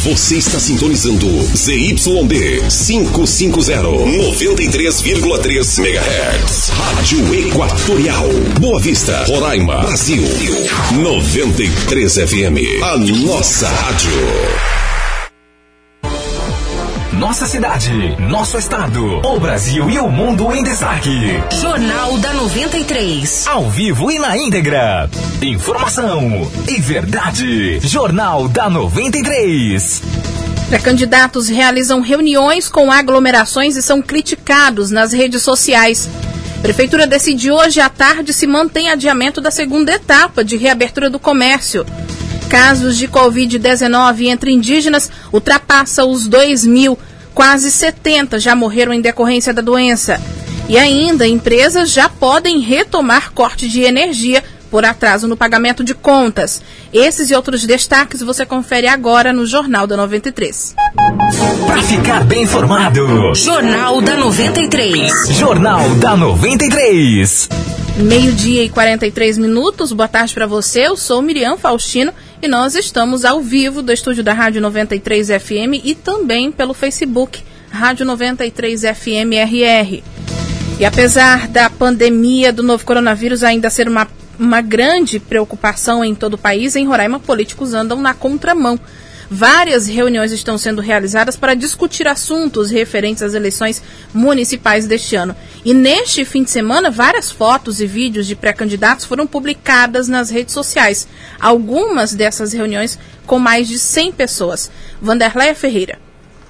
Você está sintonizando ZYD 550, 93,3 MHz. Rádio Equatorial. Boa Vista, Roraima, Brasil. 93 FM. A nossa rádio. Nossa cidade, nosso estado, o Brasil e o mundo em destaque. Jornal da 93. Ao vivo e na íntegra. Informação e verdade. Jornal da 93. Pré-candidatos realizam reuniões com aglomerações e são criticados nas redes sociais. Prefeitura decide hoje à tarde se mantém adiamento da segunda etapa de reabertura do comércio. Casos de Covid-19 entre indígenas ultrapassa os 2.000. Quase 70 já morreram em decorrência da doença. E ainda, empresas já podem retomar corte de energia por atraso no pagamento de contas. Esses e outros destaques você confere agora no Jornal da 93. Para ficar bem informado. Jornal da 93. Jornal da 93. 12:43. Boa tarde para você. Eu sou Miriam Faustino e nós estamos ao vivo do estúdio da Rádio 93 FM e também pelo Facebook Rádio 93 FM RR. E apesar da pandemia do novo coronavírus ainda ser uma grande preocupação em todo o país, em Roraima políticos andam na contramão. Várias reuniões estão sendo realizadas para discutir assuntos referentes às eleições municipais deste ano. E neste fim de semana, várias fotos e vídeos de pré-candidatos foram publicadas nas redes sociais. Algumas dessas reuniões com mais de 100 pessoas. Vanderleia Ferreira.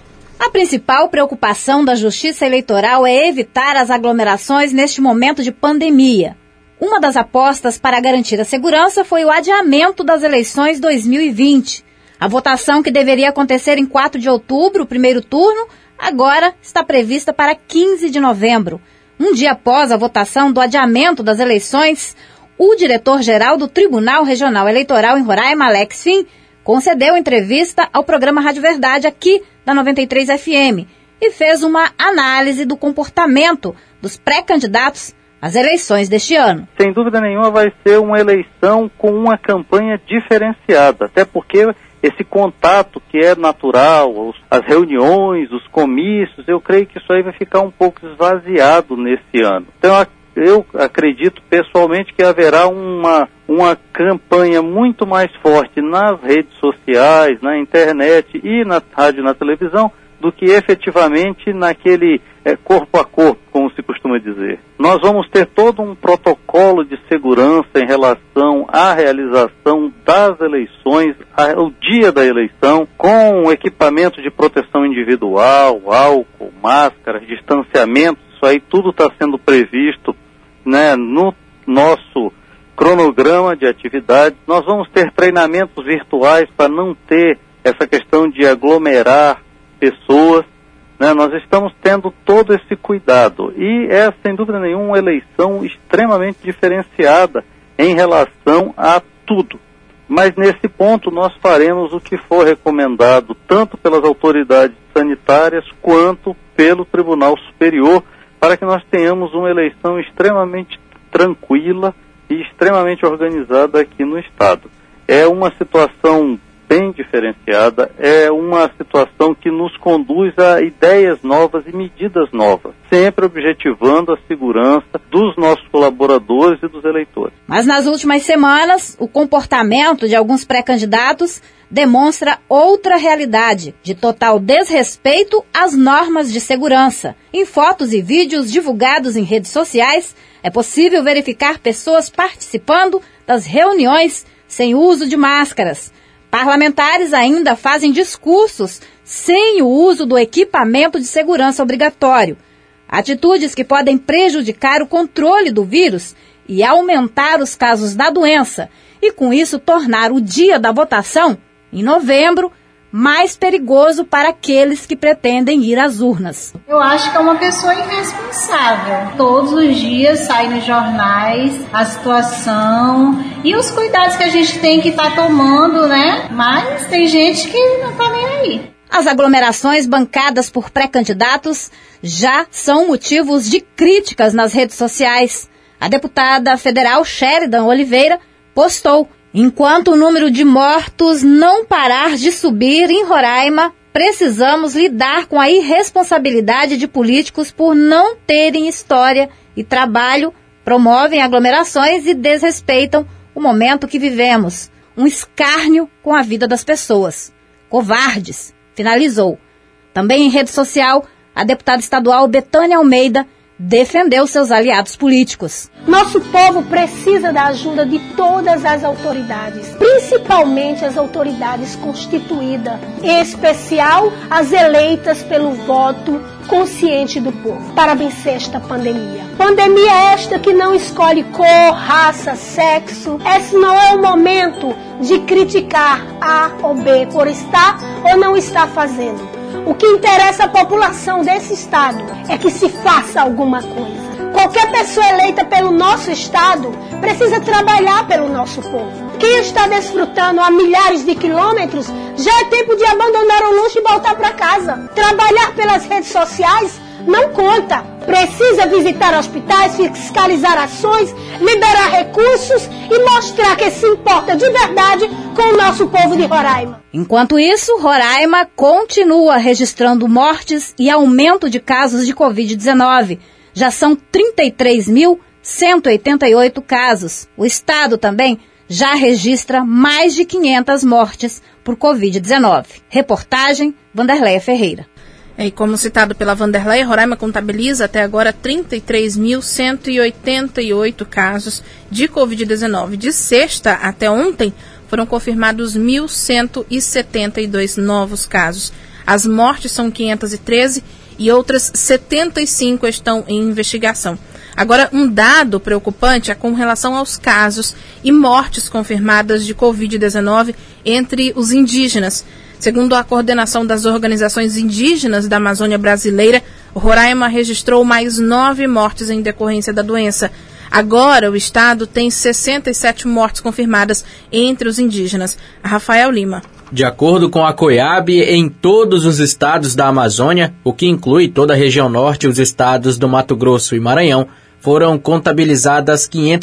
A principal preocupação da Justiça Eleitoral é evitar as aglomerações neste momento de pandemia. Uma das apostas para garantir a segurança foi o adiamento das eleições 2020. A votação, que deveria acontecer em 4 de outubro, o primeiro turno, agora está prevista para 15 de novembro. Um dia após a votação do adiamento das eleições, o diretor-geral do Tribunal Regional Eleitoral em Roraima, Alex Fim, concedeu entrevista ao programa Rádio Verdade aqui da 93 FM e fez uma análise do comportamento dos pré-candidatos às eleições deste ano. Sem dúvida nenhuma vai ser uma eleição com uma campanha diferenciada, até porque esse contato que é natural, as reuniões, os comícios, eu creio que isso aí vai ficar um pouco esvaziado nesse ano. Então eu acredito pessoalmente que haverá uma campanha muito mais forte nas redes sociais, na internet e na rádio e na televisão do que efetivamente naquele corpo a corpo, como se costuma dizer. Nós vamos ter todo um protocolo de segurança em relação à realização das eleições, ao dia da eleição, com equipamento de proteção individual, álcool, máscaras, distanciamento, isso aí tudo está sendo previsto, né, no nosso cronograma de atividades. Nós vamos ter treinamentos virtuais para não ter essa questão de aglomerar pessoas, né? Nós estamos tendo todo esse cuidado e é, sem dúvida nenhuma, uma eleição extremamente diferenciada em relação a tudo. Mas nesse ponto nós faremos o que for recomendado, tanto pelas autoridades sanitárias quanto pelo Tribunal Superior, para que nós tenhamos uma eleição extremamente tranquila e extremamente organizada aqui no Estado. É uma situação bem diferenciada, é uma situação que nos conduz a ideias novas e medidas novas, sempre objetivando a segurança dos nossos colaboradores e dos eleitores. Mas nas últimas semanas, o comportamento de alguns pré-candidatos demonstra outra realidade, de total desrespeito às normas de segurança. Em fotos e vídeos divulgados em redes sociais, é possível verificar pessoas participando das reuniões sem uso de máscaras. Parlamentares ainda fazem discursos sem o uso do equipamento de segurança obrigatório. Atitudes que podem prejudicar o controle do vírus e aumentar os casos da doença, e com isso tornar o dia da votação, em novembro, mais perigoso para aqueles que pretendem ir às urnas. Eu acho que é uma pessoa irresponsável. Todos os dias sai nos jornais a situação e os cuidados que a gente tem que estar tomando, né? Mas tem gente que não está nem aí. As aglomerações bancadas por pré-candidatos já são motivos de críticas nas redes sociais. A deputada federal Sheridan Oliveira postou Enquanto o número de mortos não parar de subir em Roraima, precisamos lidar com a irresponsabilidade de políticos por não terem história e trabalho, promovem aglomerações e desrespeitam o momento que vivemos. Um escárnio com a vida das pessoas. Covardes, finalizou. Também em rede social, a deputada estadual Betânia Almeida defendeu seus aliados políticos. Nosso povo precisa da ajuda de todas as autoridades, principalmente as autoridades constituídas, em especial as eleitas pelo voto consciente do povo, para vencer esta pandemia. Pandemia esta que não escolhe cor, raça, sexo. Esse não é o momento de criticar A ou B por estar ou não estar fazendo. O que interessa à população desse estado é que se faça alguma coisa. Qualquer pessoa eleita pelo nosso estado precisa trabalhar pelo nosso povo. Quem está desfrutando a milhares de quilômetros, já é tempo de abandonar o luxo e voltar para casa. Trabalhar pelas redes sociais não conta. Precisa visitar hospitais, fiscalizar ações, liberar recursos e mostrar que se importa de verdade com o nosso povo de Roraima. Enquanto isso, Roraima continua registrando mortes e aumento de casos de Covid-19. Já são 33.188 casos. O estado também já registra mais de 500 mortes por Covid-19. Reportagem, Vanderleia Ferreira. E como citado pela Vanderleia, Roraima contabiliza até agora 33.188 casos de Covid-19. De sexta até ontem, foram confirmados 1.172 novos casos. As mortes são 513 e outras 75 estão em investigação. Agora, um dado preocupante é com relação aos casos e mortes confirmadas de Covid-19 entre os indígenas. Segundo a coordenação das organizações indígenas da Amazônia Brasileira, Roraima registrou mais 9 mortes em decorrência da doença. Agora, o estado tem 67 mortes confirmadas entre os indígenas. Rafael Lima. De acordo com a COIAB, em todos os estados da Amazônia, o que inclui toda a região norte e os estados do Mato Grosso e Maranhão, foram contabilizadas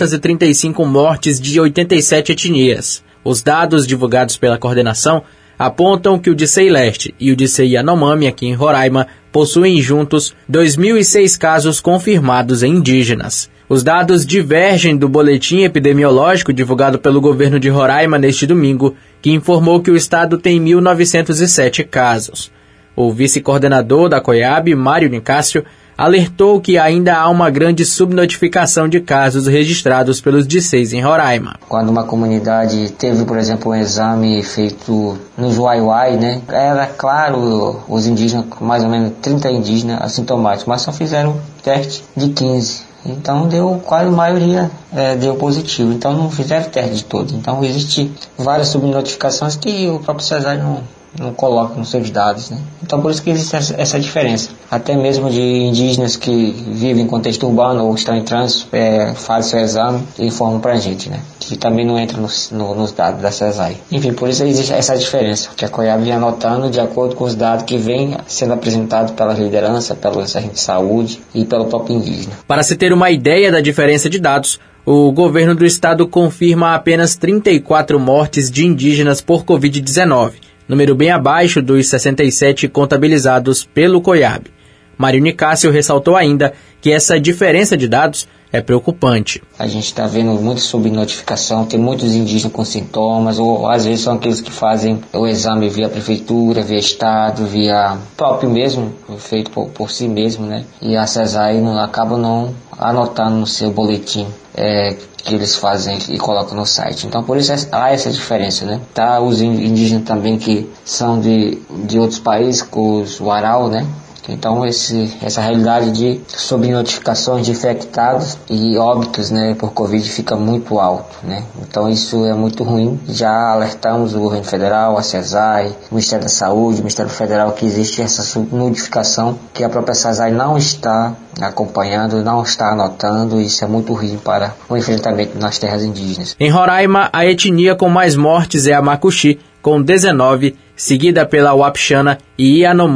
535 mortes de 87 etnias. Os dados divulgados pela coordenação apontam que o Dicei Leste e o Dicei Yanomami, aqui em Roraima, possuem juntos 2.006 casos confirmados em indígenas. Os dados divergem do boletim epidemiológico divulgado pelo governo de Roraima neste domingo, que informou que o estado tem 1.907 casos. O vice-coordenador da COIAB, Mário Nicásio, alertou que ainda há uma grande subnotificação de casos registrados pelos Diceis em Roraima. Quando uma comunidade teve, por exemplo, um exame feito nos Uai-Uai, né? Era claro, os indígenas, mais ou menos 30 indígenas assintomáticos, mas só fizeram teste de 15. Então deu quase a maioria deu positivo. Então não fizeram teste de todos. Então existe várias subnotificações que o próprio CESAI não coloca nos seus dados, né? Então por isso que existe essa diferença. Até mesmo de indígenas que vivem em contexto urbano ou estão em trânsito, fazem seu exame e informam pra gente, né? Que também não entra nos dados da CESAI. Enfim, por isso existe essa diferença, que a COIAB vem anotando de acordo com os dados que vêm sendo apresentados pela liderança, pelos agentes de saúde e pelo próprio indígena. Para se ter uma ideia da diferença de dados, o governo do estado confirma apenas 34 mortes de indígenas por Covid-19, número bem abaixo dos 67 contabilizados pelo COIAB. Mário Nicásio ressaltou ainda que essa diferença de dados é preocupante. A gente está vendo muita subnotificação, tem muitos indígenas com sintomas, ou às vezes são aqueles que fazem o exame via prefeitura, via estado, via próprio mesmo, feito por si mesmo, né? E a CESAI acaba não anotando no seu boletim que eles fazem e colocam no site. Então por isso há essa diferença, né? Tá os indígenas também que são de outros países, com os Warau, né? Então essa realidade de subnotificações de infectados e óbitos, né, por Covid fica muito alto, né? Então isso é muito ruim. Já alertamos o governo federal, a CESAI, o Ministério da Saúde, o Ministério Federal, que existe essa subnotificação que a própria CESAI não está acompanhando, não está anotando. Isso é muito ruim para o enfrentamento nas terras indígenas. Em Roraima, a etnia com mais mortes é a Macuxi, com 19, seguida pela Wapixana e Yanomami,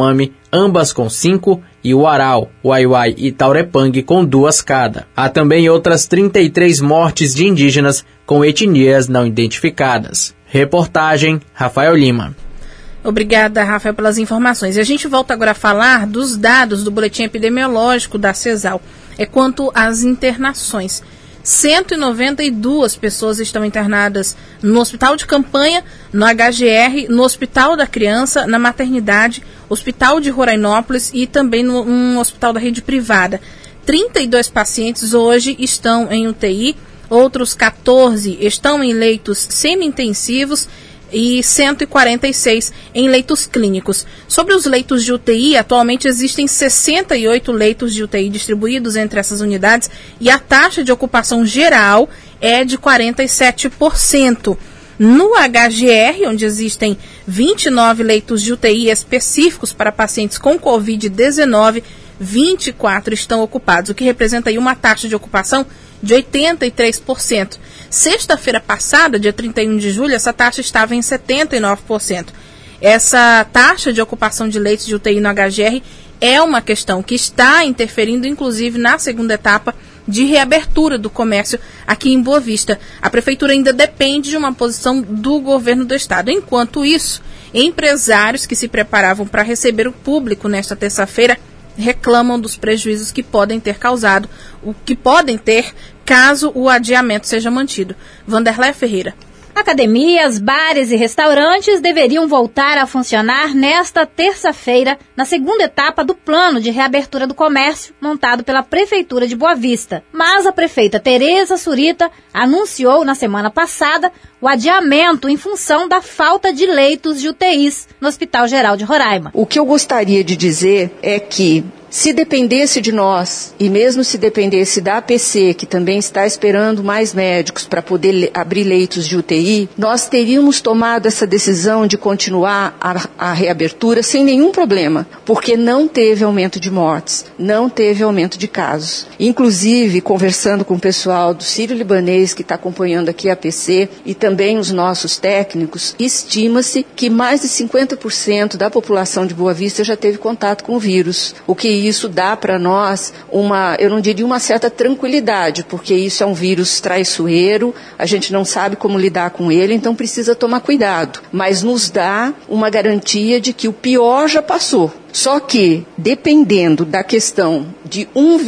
ambas com 5, e Uaral, Uai-Uai e Taurepang com 2 cada. Há também outras 33 mortes de indígenas com etnias não identificadas. Reportagem Rafael Lima. Obrigada, Rafael, pelas informações. E a gente volta agora a falar dos dados do boletim epidemiológico da CESAL. Quanto às internações. 192 pessoas estão internadas no hospital de campanha, no HGR, no Hospital da Criança, na maternidade, Hospital de Rorainópolis e também no hospital da rede privada. 32 pacientes hoje estão em UTI, outros 14 estão em leitos semi-intensivos e 146 em leitos clínicos. Sobre os leitos de UTI, atualmente existem 68 leitos de UTI distribuídos entre essas unidades e a taxa de ocupação geral é de 47%. No HGR, onde existem 29 leitos de UTI específicos para pacientes com Covid-19, 24 estão ocupados, o que representa aí uma taxa de ocupação de 83%. Sexta-feira passada, dia 31 de julho, essa taxa estava em 79%. Essa taxa de ocupação de leitos de UTI no HGR é uma questão que está interferindo, inclusive, na segunda etapa de reabertura do comércio aqui em Boa Vista. A prefeitura ainda depende de uma posição do governo do estado. Enquanto isso, empresários que se preparavam para receber o público nesta terça-feira reclamam dos prejuízos que podem ter causado, o que podem ter caso o adiamento seja mantido. Vanderlei Ferreira. Academias, bares e restaurantes deveriam voltar a funcionar nesta terça-feira, na segunda etapa do plano de reabertura do comércio montado pela Prefeitura de Boa Vista. Mas a prefeita Tereza Surita anunciou na semana passada o adiamento em função da falta de leitos de UTIs no Hospital Geral de Roraima. O que eu gostaria de dizer é que, se dependesse de nós, e mesmo se dependesse da APC, que também está esperando mais médicos para poder abrir leitos de UTI, nós teríamos tomado essa decisão de continuar a reabertura sem nenhum problema, porque não teve aumento de mortes, não teve aumento de casos. Inclusive, conversando com o pessoal do Sírio-Libanês, que está acompanhando aqui a APC, e também os nossos técnicos, estima-se que mais de 50% da população de Boa Vista já teve contato com o vírus, o que isso dá para nós eu não diria uma certa tranquilidade, porque isso é um vírus traiçoeiro, a gente não sabe como lidar com ele, então precisa tomar cuidado. Mas nos dá uma garantia de que o pior já passou. Só que, dependendo da questão de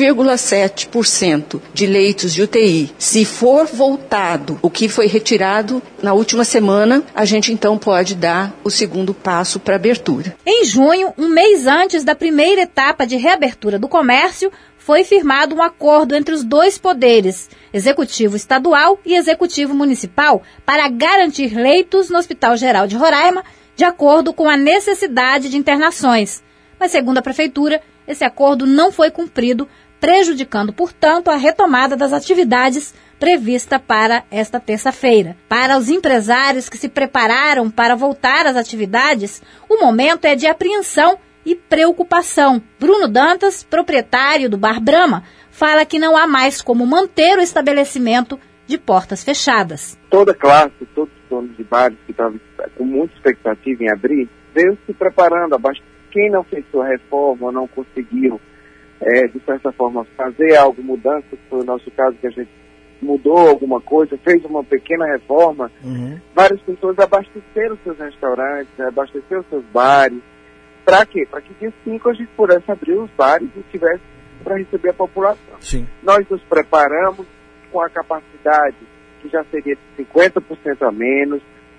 1,7% de leitos de UTI, se for voltado o que foi retirado na última semana, a gente então pode dar o segundo passo para a abertura. Em junho, um mês antes da primeira etapa de reabertura do comércio, foi firmado um acordo entre os dois poderes, Executivo Estadual e Executivo Municipal, para garantir leitos no Hospital Geral de Roraima, de acordo com a necessidade de internações. Mas, segundo a Prefeitura, esse acordo não foi cumprido, prejudicando, portanto, a retomada das atividades prevista para esta terça-feira. Para os empresários que se prepararam para voltar às atividades, o momento é de apreensão e preocupação. Bruno Dantas, proprietário do Bar Brahma, fala que não há mais como manter o estabelecimento de portas fechadas. Toda classe, todos os donos de bares que estavam com muita expectativa em abrir, veio se preparando. Quem não fez sua reforma, não conseguiu, de certa forma, fazer algo, mudança, que foi o nosso caso, que a gente mudou alguma coisa, fez uma pequena reforma, várias pessoas abasteceram seus restaurantes, abasteceram seus bares. Para quê? Para que dia 5 a gente pudesse abrir os bares e tivesse para receber a população. Sim. Nós nos preparamos com a capacidade que já seria de 50% a menos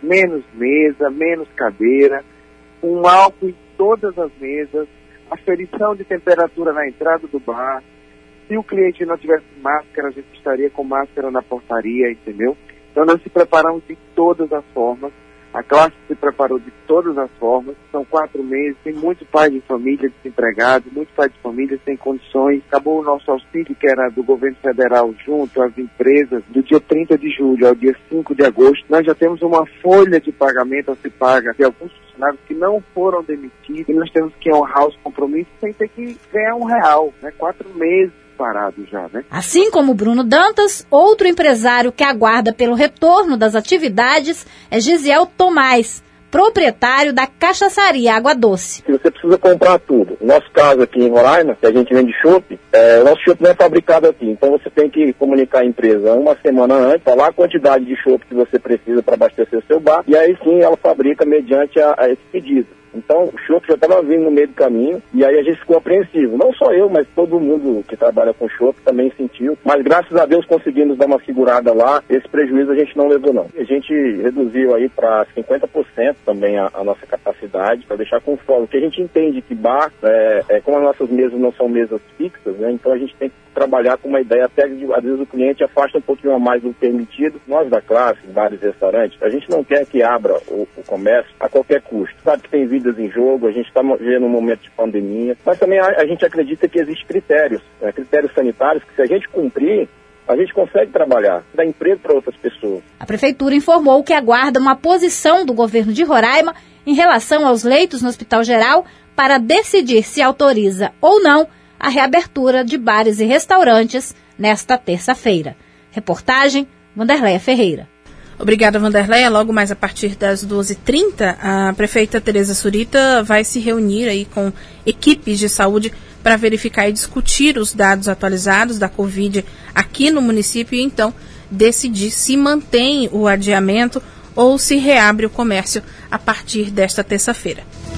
mesa, menos cadeira, um álcool em todas as mesas, aferição de temperatura na entrada do bar. Se o cliente não tivesse máscara, a gente estaria com máscara na portaria, entendeu? Então nós se preparamos de todas as formas. A classe se preparou de todas as formas. São 4 meses, tem muito pai de família desempregado, muito pai de família sem condições. Acabou o nosso auxílio, que era do governo federal, junto às empresas, do dia 30 de julho ao dia 5 de agosto. Nós já temos uma folha de pagamento a se paga de alguns funcionários que não foram demitidos, e nós temos que honrar os compromissos sem ter que ganhar R$1, né? 4 meses parado já, né? Assim como Bruno Dantas, outro empresário que aguarda pelo retorno das atividades é Gisiel Tomás, proprietário da cachaçaria Água Doce. Se você precisa comprar tudo, no nosso caso aqui em Roraima, que a gente vende chopp, o nosso chopp não é fabricado aqui, então você tem que comunicar à empresa uma semana antes, falar a quantidade de chopp que você precisa para abastecer o seu bar, e aí sim ela fabrica mediante a esse pedido. Então, o chopp já estava vindo no meio do caminho, e aí a gente ficou apreensivo. Não só eu, mas todo mundo que trabalha com chopp também sentiu. Mas graças a Deus conseguimos dar uma segurada lá. Esse prejuízo a gente não levou, não. A gente reduziu aí para 50% também a nossa capacidade, para deixar com folga. Porque a gente entende que bar, como as nossas mesas não são mesas fixas, né? Então a gente tem que trabalhar com uma ideia, até que às vezes o cliente afasta um pouquinho a mais do permitido. Nós da classe, bares e restaurantes, a gente não quer que abra o comércio a qualquer custo. Sabe que tem vidas em jogo, a gente está vivendo um momento de pandemia, mas também a gente acredita que existem critérios, critérios sanitários, que se a gente cumprir, a gente consegue trabalhar, dar emprego para outras pessoas. A Prefeitura informou que aguarda uma posição do governo de Roraima em relação aos leitos no Hospital Geral para decidir se autoriza ou não a reabertura de bares e restaurantes nesta terça-feira. Reportagem, Vanderleia Ferreira. Obrigada, Vanderleia. Logo mais a partir das 12h30, a prefeita Tereza Surita vai se reunir aí com equipes de saúde para verificar e discutir os dados atualizados da Covid aqui no município e então decidir se mantém o adiamento ou se reabre o comércio a partir desta terça-feira.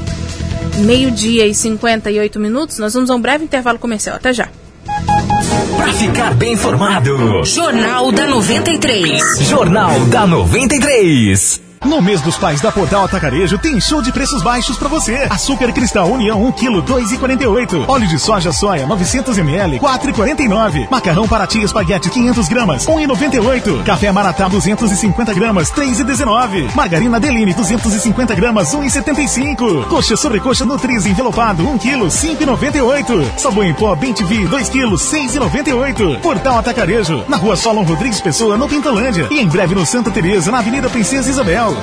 12h58, nós vamos a um breve intervalo comercial. Até já. Para ficar bem informado, Jornal da 93. Jornal da 93. No mês dos pais da Portal Atacarejo tem show de preços baixos pra você. Açúcar Cristal União 1 kg 2,48. Óleo de soja Soia 900 ml 4,49. Macarrão Paraty Espaguete 500 gramas 1,98. Café Maratá 250 gramas 3,19. Margarina Deline 250 gramas 1,75. Coxa sobrecoxa Nutriz envelopado 1 kg 5,98. Sabão em pó Bem-TV 2 kg 6,98. Portal Atacarejo na Rua Solon Rodrigues Pessoa no Pintolândia e em breve no Santa Teresa na Avenida Princesa Isabel.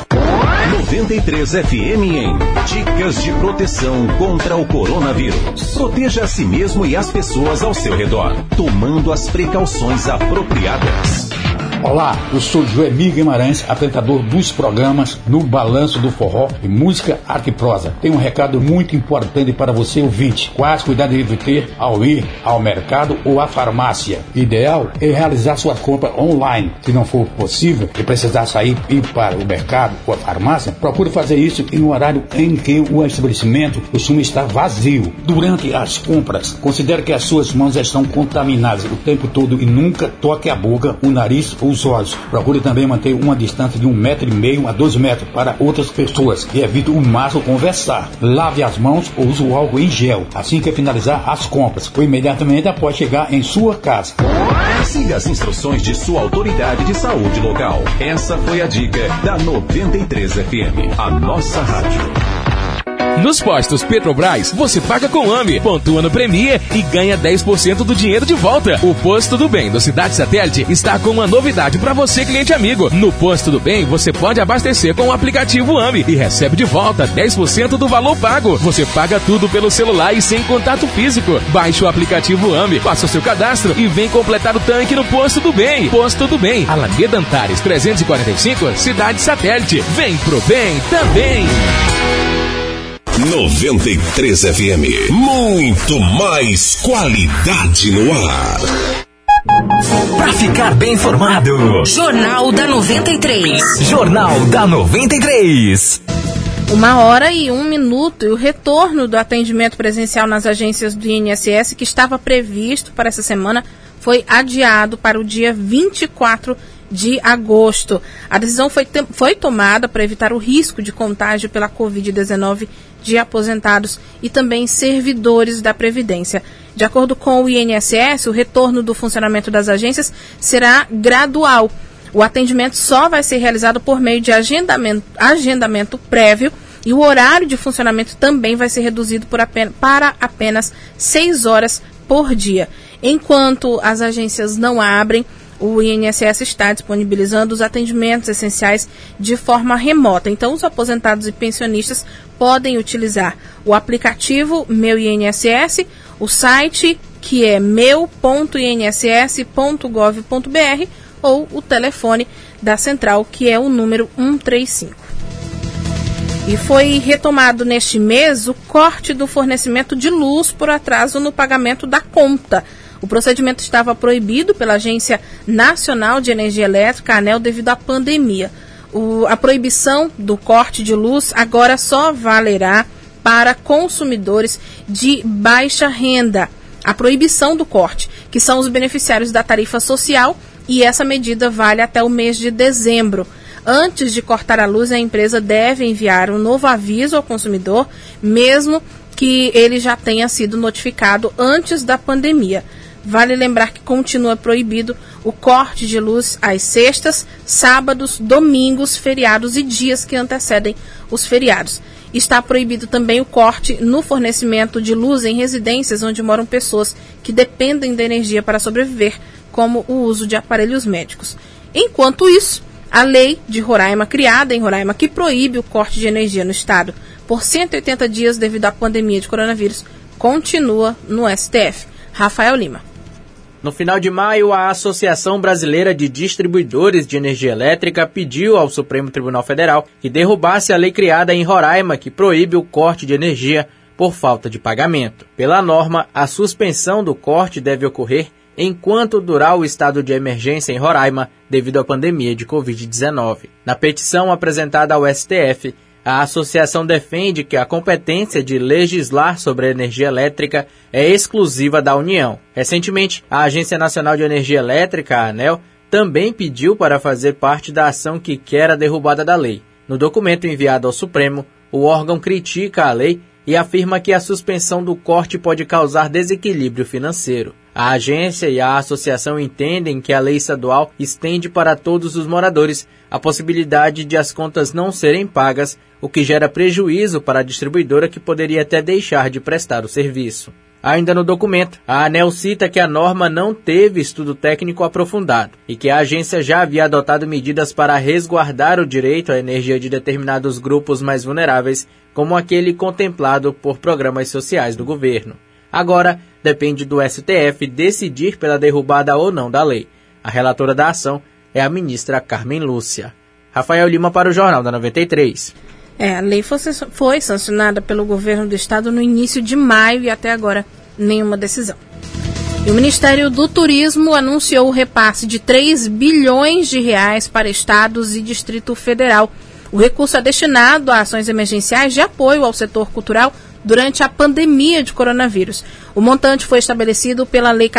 93 FM em Dicas de Proteção contra o Coronavírus. Proteja a si mesmo e as pessoas ao seu redor, tomando as precauções apropriadas. Olá, eu sou Joemir Guimarães, apresentador dos programas No Balanço do Forró e Música, Arte e Prosa. Tem um recado muito importante para você, ouvinte. Quais cuidados deve ter ao ir ao mercado ou à farmácia? O ideal é realizar sua compra online. Se não for possível e precisar sair e ir para o mercado ou a farmácia, procure fazer isso em um horário em que o estabelecimento costuma estar vazio. Durante as compras, considere que as suas mãos estão contaminadas o tempo todo e nunca toque a boca, o nariz ou os olhos. Procure também manter uma distância de 1,5 m a 2 metros para outras pessoas e evite o máximo conversar. Lave as mãos ou use o álcool em gel assim que finalizar as compras ou imediatamente após chegar em sua casa. Siga as instruções de sua autoridade de saúde local. Essa foi a dica da 93 FM, a nossa rádio. Nos postos Petrobras, você paga com AME, pontua no Premier e ganha 10% do dinheiro de volta. O Posto do Bem do Cidade Satélite está com uma novidade para você, cliente amigo. No Posto do Bem, você pode abastecer com o aplicativo AME e recebe de volta 10% do valor pago. Você paga tudo pelo celular e sem contato físico. Baixe o aplicativo AME, faça o seu cadastro e vem completar o tanque no Posto do Bem. Posto do Bem, Alameda Antares 345, Cidade Satélite. Vem pro bem também. 93 FM, muito mais qualidade no ar. Para ficar bem informado, Jornal da 93. Jornal da 93. 1h01 e o retorno do atendimento presencial nas agências do INSS, que estava previsto para essa semana, foi adiado para o dia 24 de agosto. A decisão foi tomada para evitar o risco de contágio pela Covid-19 de aposentados e também servidores da Previdência. De acordo com o INSS, o retorno do funcionamento das agências será gradual. O atendimento só vai ser realizado por meio de agendamento prévio e o horário de funcionamento também vai ser reduzido para apenas 6 horas por dia. Enquanto as agências não abrem, o INSS está disponibilizando os atendimentos essenciais de forma remota. Então, os aposentados e pensionistas podem utilizar o aplicativo Meu INSS, o site que é meu.inss.gov.br ou o telefone da central, que é o número 135. E foi retomado neste mês o corte do fornecimento de luz por atraso no pagamento da conta. O procedimento estava proibido pela Agência Nacional de Energia Elétrica, ANEEL, devido à pandemia. A proibição do corte de luz agora só valerá para consumidores de baixa renda. A proibição do corte, que são os beneficiários da tarifa social, e essa medida vale até o mês de dezembro. Antes de cortar a luz, a empresa deve enviar um novo aviso ao consumidor, mesmo que ele já tenha sido notificado antes da pandemia. Vale lembrar que continua proibido o corte de luz às sextas, sábados, domingos, feriados e dias que antecedem os feriados. Está proibido também o corte no fornecimento de luz em residências onde moram pessoas que dependem da energia para sobreviver, como o uso de aparelhos médicos. Enquanto isso, a lei de Roraima, criada em Roraima, que proíbe o corte de energia no estado por 180 dias devido à pandemia de coronavírus, continua no STF. Rafael Lima. No final de maio, a Associação Brasileira de Distribuidores de Energia Elétrica pediu ao Supremo Tribunal Federal que derrubasse a lei criada em Roraima que proíbe o corte de energia por falta de pagamento. Pela norma, a suspensão do corte deve ocorrer enquanto durar o estado de emergência em Roraima devido à pandemia de Covid-19. Na petição apresentada ao STF, a associação defende que a competência de legislar sobre a energia elétrica é exclusiva da União. Recentemente, a Agência Nacional de Energia Elétrica, a ANEEL, também pediu para fazer parte da ação que quer a derrubada da lei. No documento enviado ao Supremo, o órgão critica a lei e afirma que a suspensão do corte pode causar desequilíbrio financeiro. A agência e a associação entendem que a lei estadual estende para todos os moradores a possibilidade de as contas não serem pagas, o que gera prejuízo para a distribuidora que poderia até deixar de prestar o serviço. Ainda no documento, a ANEEL cita que a norma não teve estudo técnico aprofundado e que a agência já havia adotado medidas para resguardar o direito à energia de determinados grupos mais vulneráveis, como aquele contemplado por programas sociais do governo. Agora, depende do STF decidir pela derrubada ou não da lei. A relatora da ação é a ministra Carmen Lúcia. Rafael Lima para o Jornal da 93. A lei foi sancionada pelo governo do estado no início de maio e até agora nenhuma decisão. E o Ministério do Turismo anunciou o repasse de 3 bilhões de reais para estados e Distrito Federal. O recurso é destinado a ações emergenciais de apoio ao setor cultural durante a pandemia de coronavírus. O montante foi estabelecido pela Lei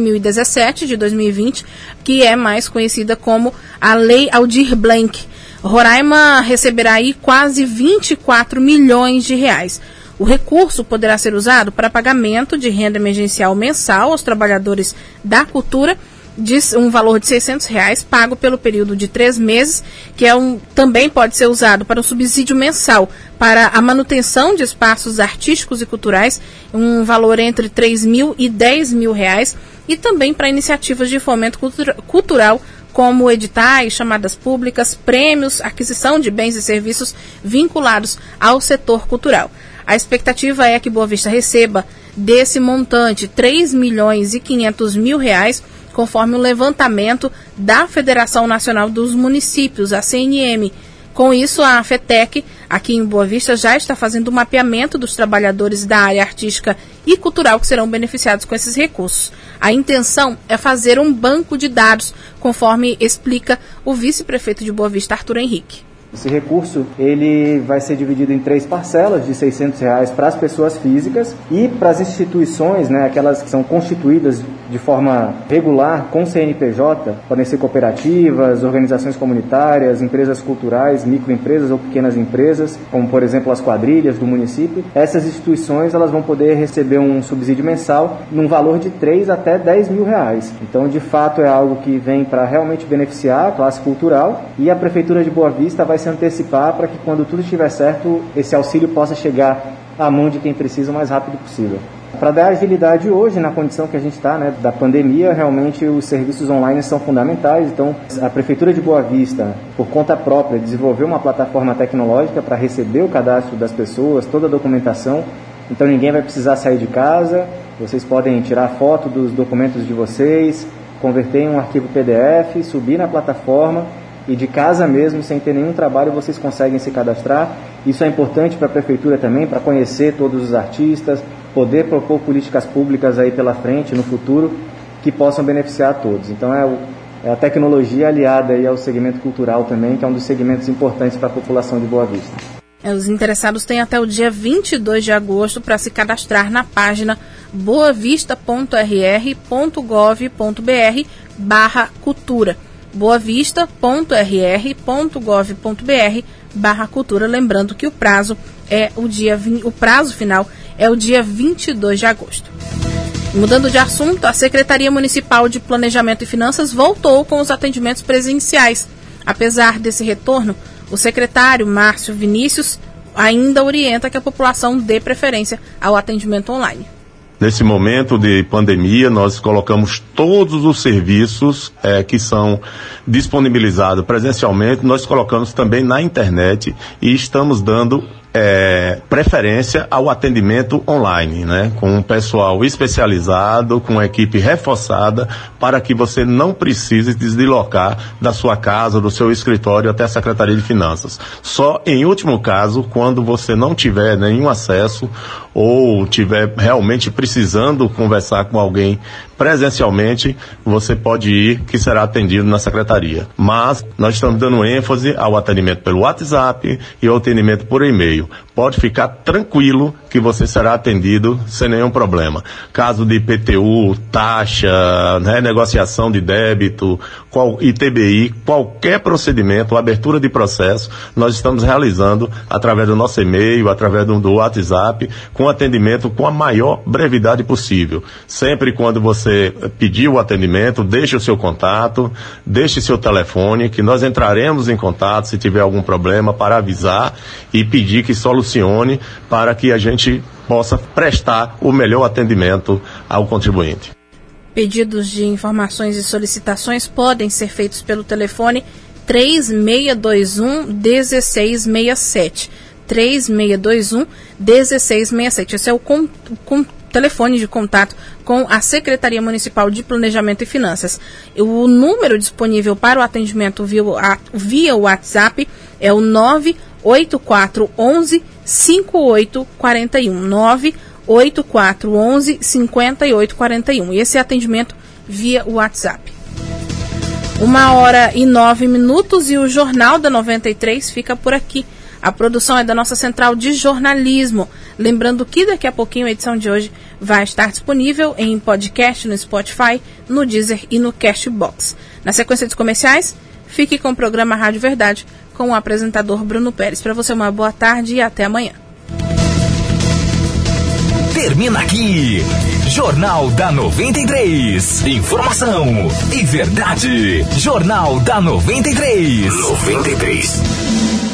14.017 de 2020, que é mais conhecida como a Lei Aldir Blanc. Roraima receberá aí quase 24 milhões de reais. O recurso poderá ser usado para pagamento de renda emergencial mensal aos trabalhadores da cultura, de um valor de R$600, pago pelo período de 3 meses, que também pode ser usado para um subsídio mensal para a manutenção de espaços artísticos e culturais, um valor entre R$3.000 e R$10.000, e também para iniciativas de fomento cultural, como editais, chamadas públicas, prêmios, aquisição de bens e serviços vinculados ao setor cultural. A expectativa é que Boa Vista receba desse montante R$3.500.000, conforme o levantamento da Federação Nacional dos Municípios, a CNM. Com isso, a FETEC, aqui em Boa Vista, já está fazendo o mapeamento dos trabalhadores da área artística e cultural que serão beneficiados com esses recursos. A intenção é fazer um banco de dados, conforme explica o vice-prefeito de Boa Vista, Arthur Henrique. Esse recurso ele vai ser dividido em 3 parcelas de R$600 para as pessoas físicas e para as instituições, aquelas que são constituídas de forma regular com CNPJ, podem ser cooperativas, organizações comunitárias, empresas culturais, microempresas ou pequenas empresas, como por exemplo as quadrilhas do município. Essas instituições elas vão poder receber um subsídio mensal num valor de R$3 até R$10.000. Então, de fato, é algo que vem para realmente beneficiar a classe cultural e a Prefeitura de Boa Vista vai se antecipar para que quando tudo estiver certo, esse auxílio possa chegar à mão de quem precisa o mais rápido possível. Para dar agilidade hoje, na condição que a gente está, da pandemia, realmente os serviços online são fundamentais. Então, a Prefeitura de Boa Vista, por conta própria, desenvolveu uma plataforma tecnológica para receber o cadastro das pessoas, toda a documentação. Então, ninguém vai precisar sair de casa. Vocês podem tirar foto dos documentos de vocês, converter em um arquivo PDF, subir na plataforma e de casa mesmo, sem ter nenhum trabalho, vocês conseguem se cadastrar. Isso é importante para a prefeitura também, para conhecer todos os artistas, poder propor políticas públicas aí pela frente, no futuro, que possam beneficiar a todos. Então é a tecnologia aliada aí ao segmento cultural também, que é um dos segmentos importantes para a população de Boa Vista. Os interessados têm até o dia 22 de agosto para se cadastrar na página boavista.rr.gov.br/cultura. boavista.rr.gov.br/cultura. Lembrando que o prazo final é o dia 22 de agosto. Mudando de assunto, a Secretaria Municipal de Planejamento e Finanças voltou com os atendimentos presenciais. Apesar desse retorno, o secretário Márcio Vinícius ainda orienta que a população dê preferência ao atendimento online. Nesse momento de pandemia, nós colocamos todos os serviços que são disponibilizados presencialmente, nós colocamos também na internet e estamos dando preferência ao atendimento online, né? Com um pessoal especializado, com uma equipe reforçada, para que você não precise deslocar da sua casa, do seu escritório até a Secretaria de Finanças. Só em último caso, quando você não tiver nenhum acesso ou tiver realmente precisando conversar com alguém presencialmente, você pode ir, que será atendido na secretaria. Mas nós estamos dando ênfase ao atendimento pelo WhatsApp e ao atendimento por e-mail. Pode ficar tranquilo que você será atendido sem nenhum problema. Caso de IPTU, taxa, negociação de débito, ITBI, qualquer procedimento, abertura de processo, nós estamos realizando através do nosso e-mail, através do WhatsApp, com atendimento com a maior brevidade possível. Sempre quando você pedir o atendimento, deixe o seu contato, deixe seu telefone, que nós entraremos em contato se tiver algum problema para avisar e pedir que solucione para que a gente possa prestar o melhor atendimento ao contribuinte. Pedidos de informações e solicitações podem ser feitos pelo telefone 3621-1667. 3621-1667. Esse é o telefone de contato com a Secretaria Municipal de Planejamento e Finanças. O número disponível para o atendimento via WhatsApp é o 98411-5841. 98411-5841. E esse atendimento via WhatsApp. 1h09 e o Jornal da 93 fica por aqui. A produção é da nossa central de jornalismo. Lembrando que daqui a pouquinho a edição de hoje vai estar disponível em podcast no Spotify, no Deezer e no Castbox. Na sequência dos comerciais, fique com o programa Rádio Verdade com o apresentador Bruno Pérez. Para você uma boa tarde e até amanhã. Termina aqui, Jornal da 93. Informação e verdade. Jornal da 93. 93.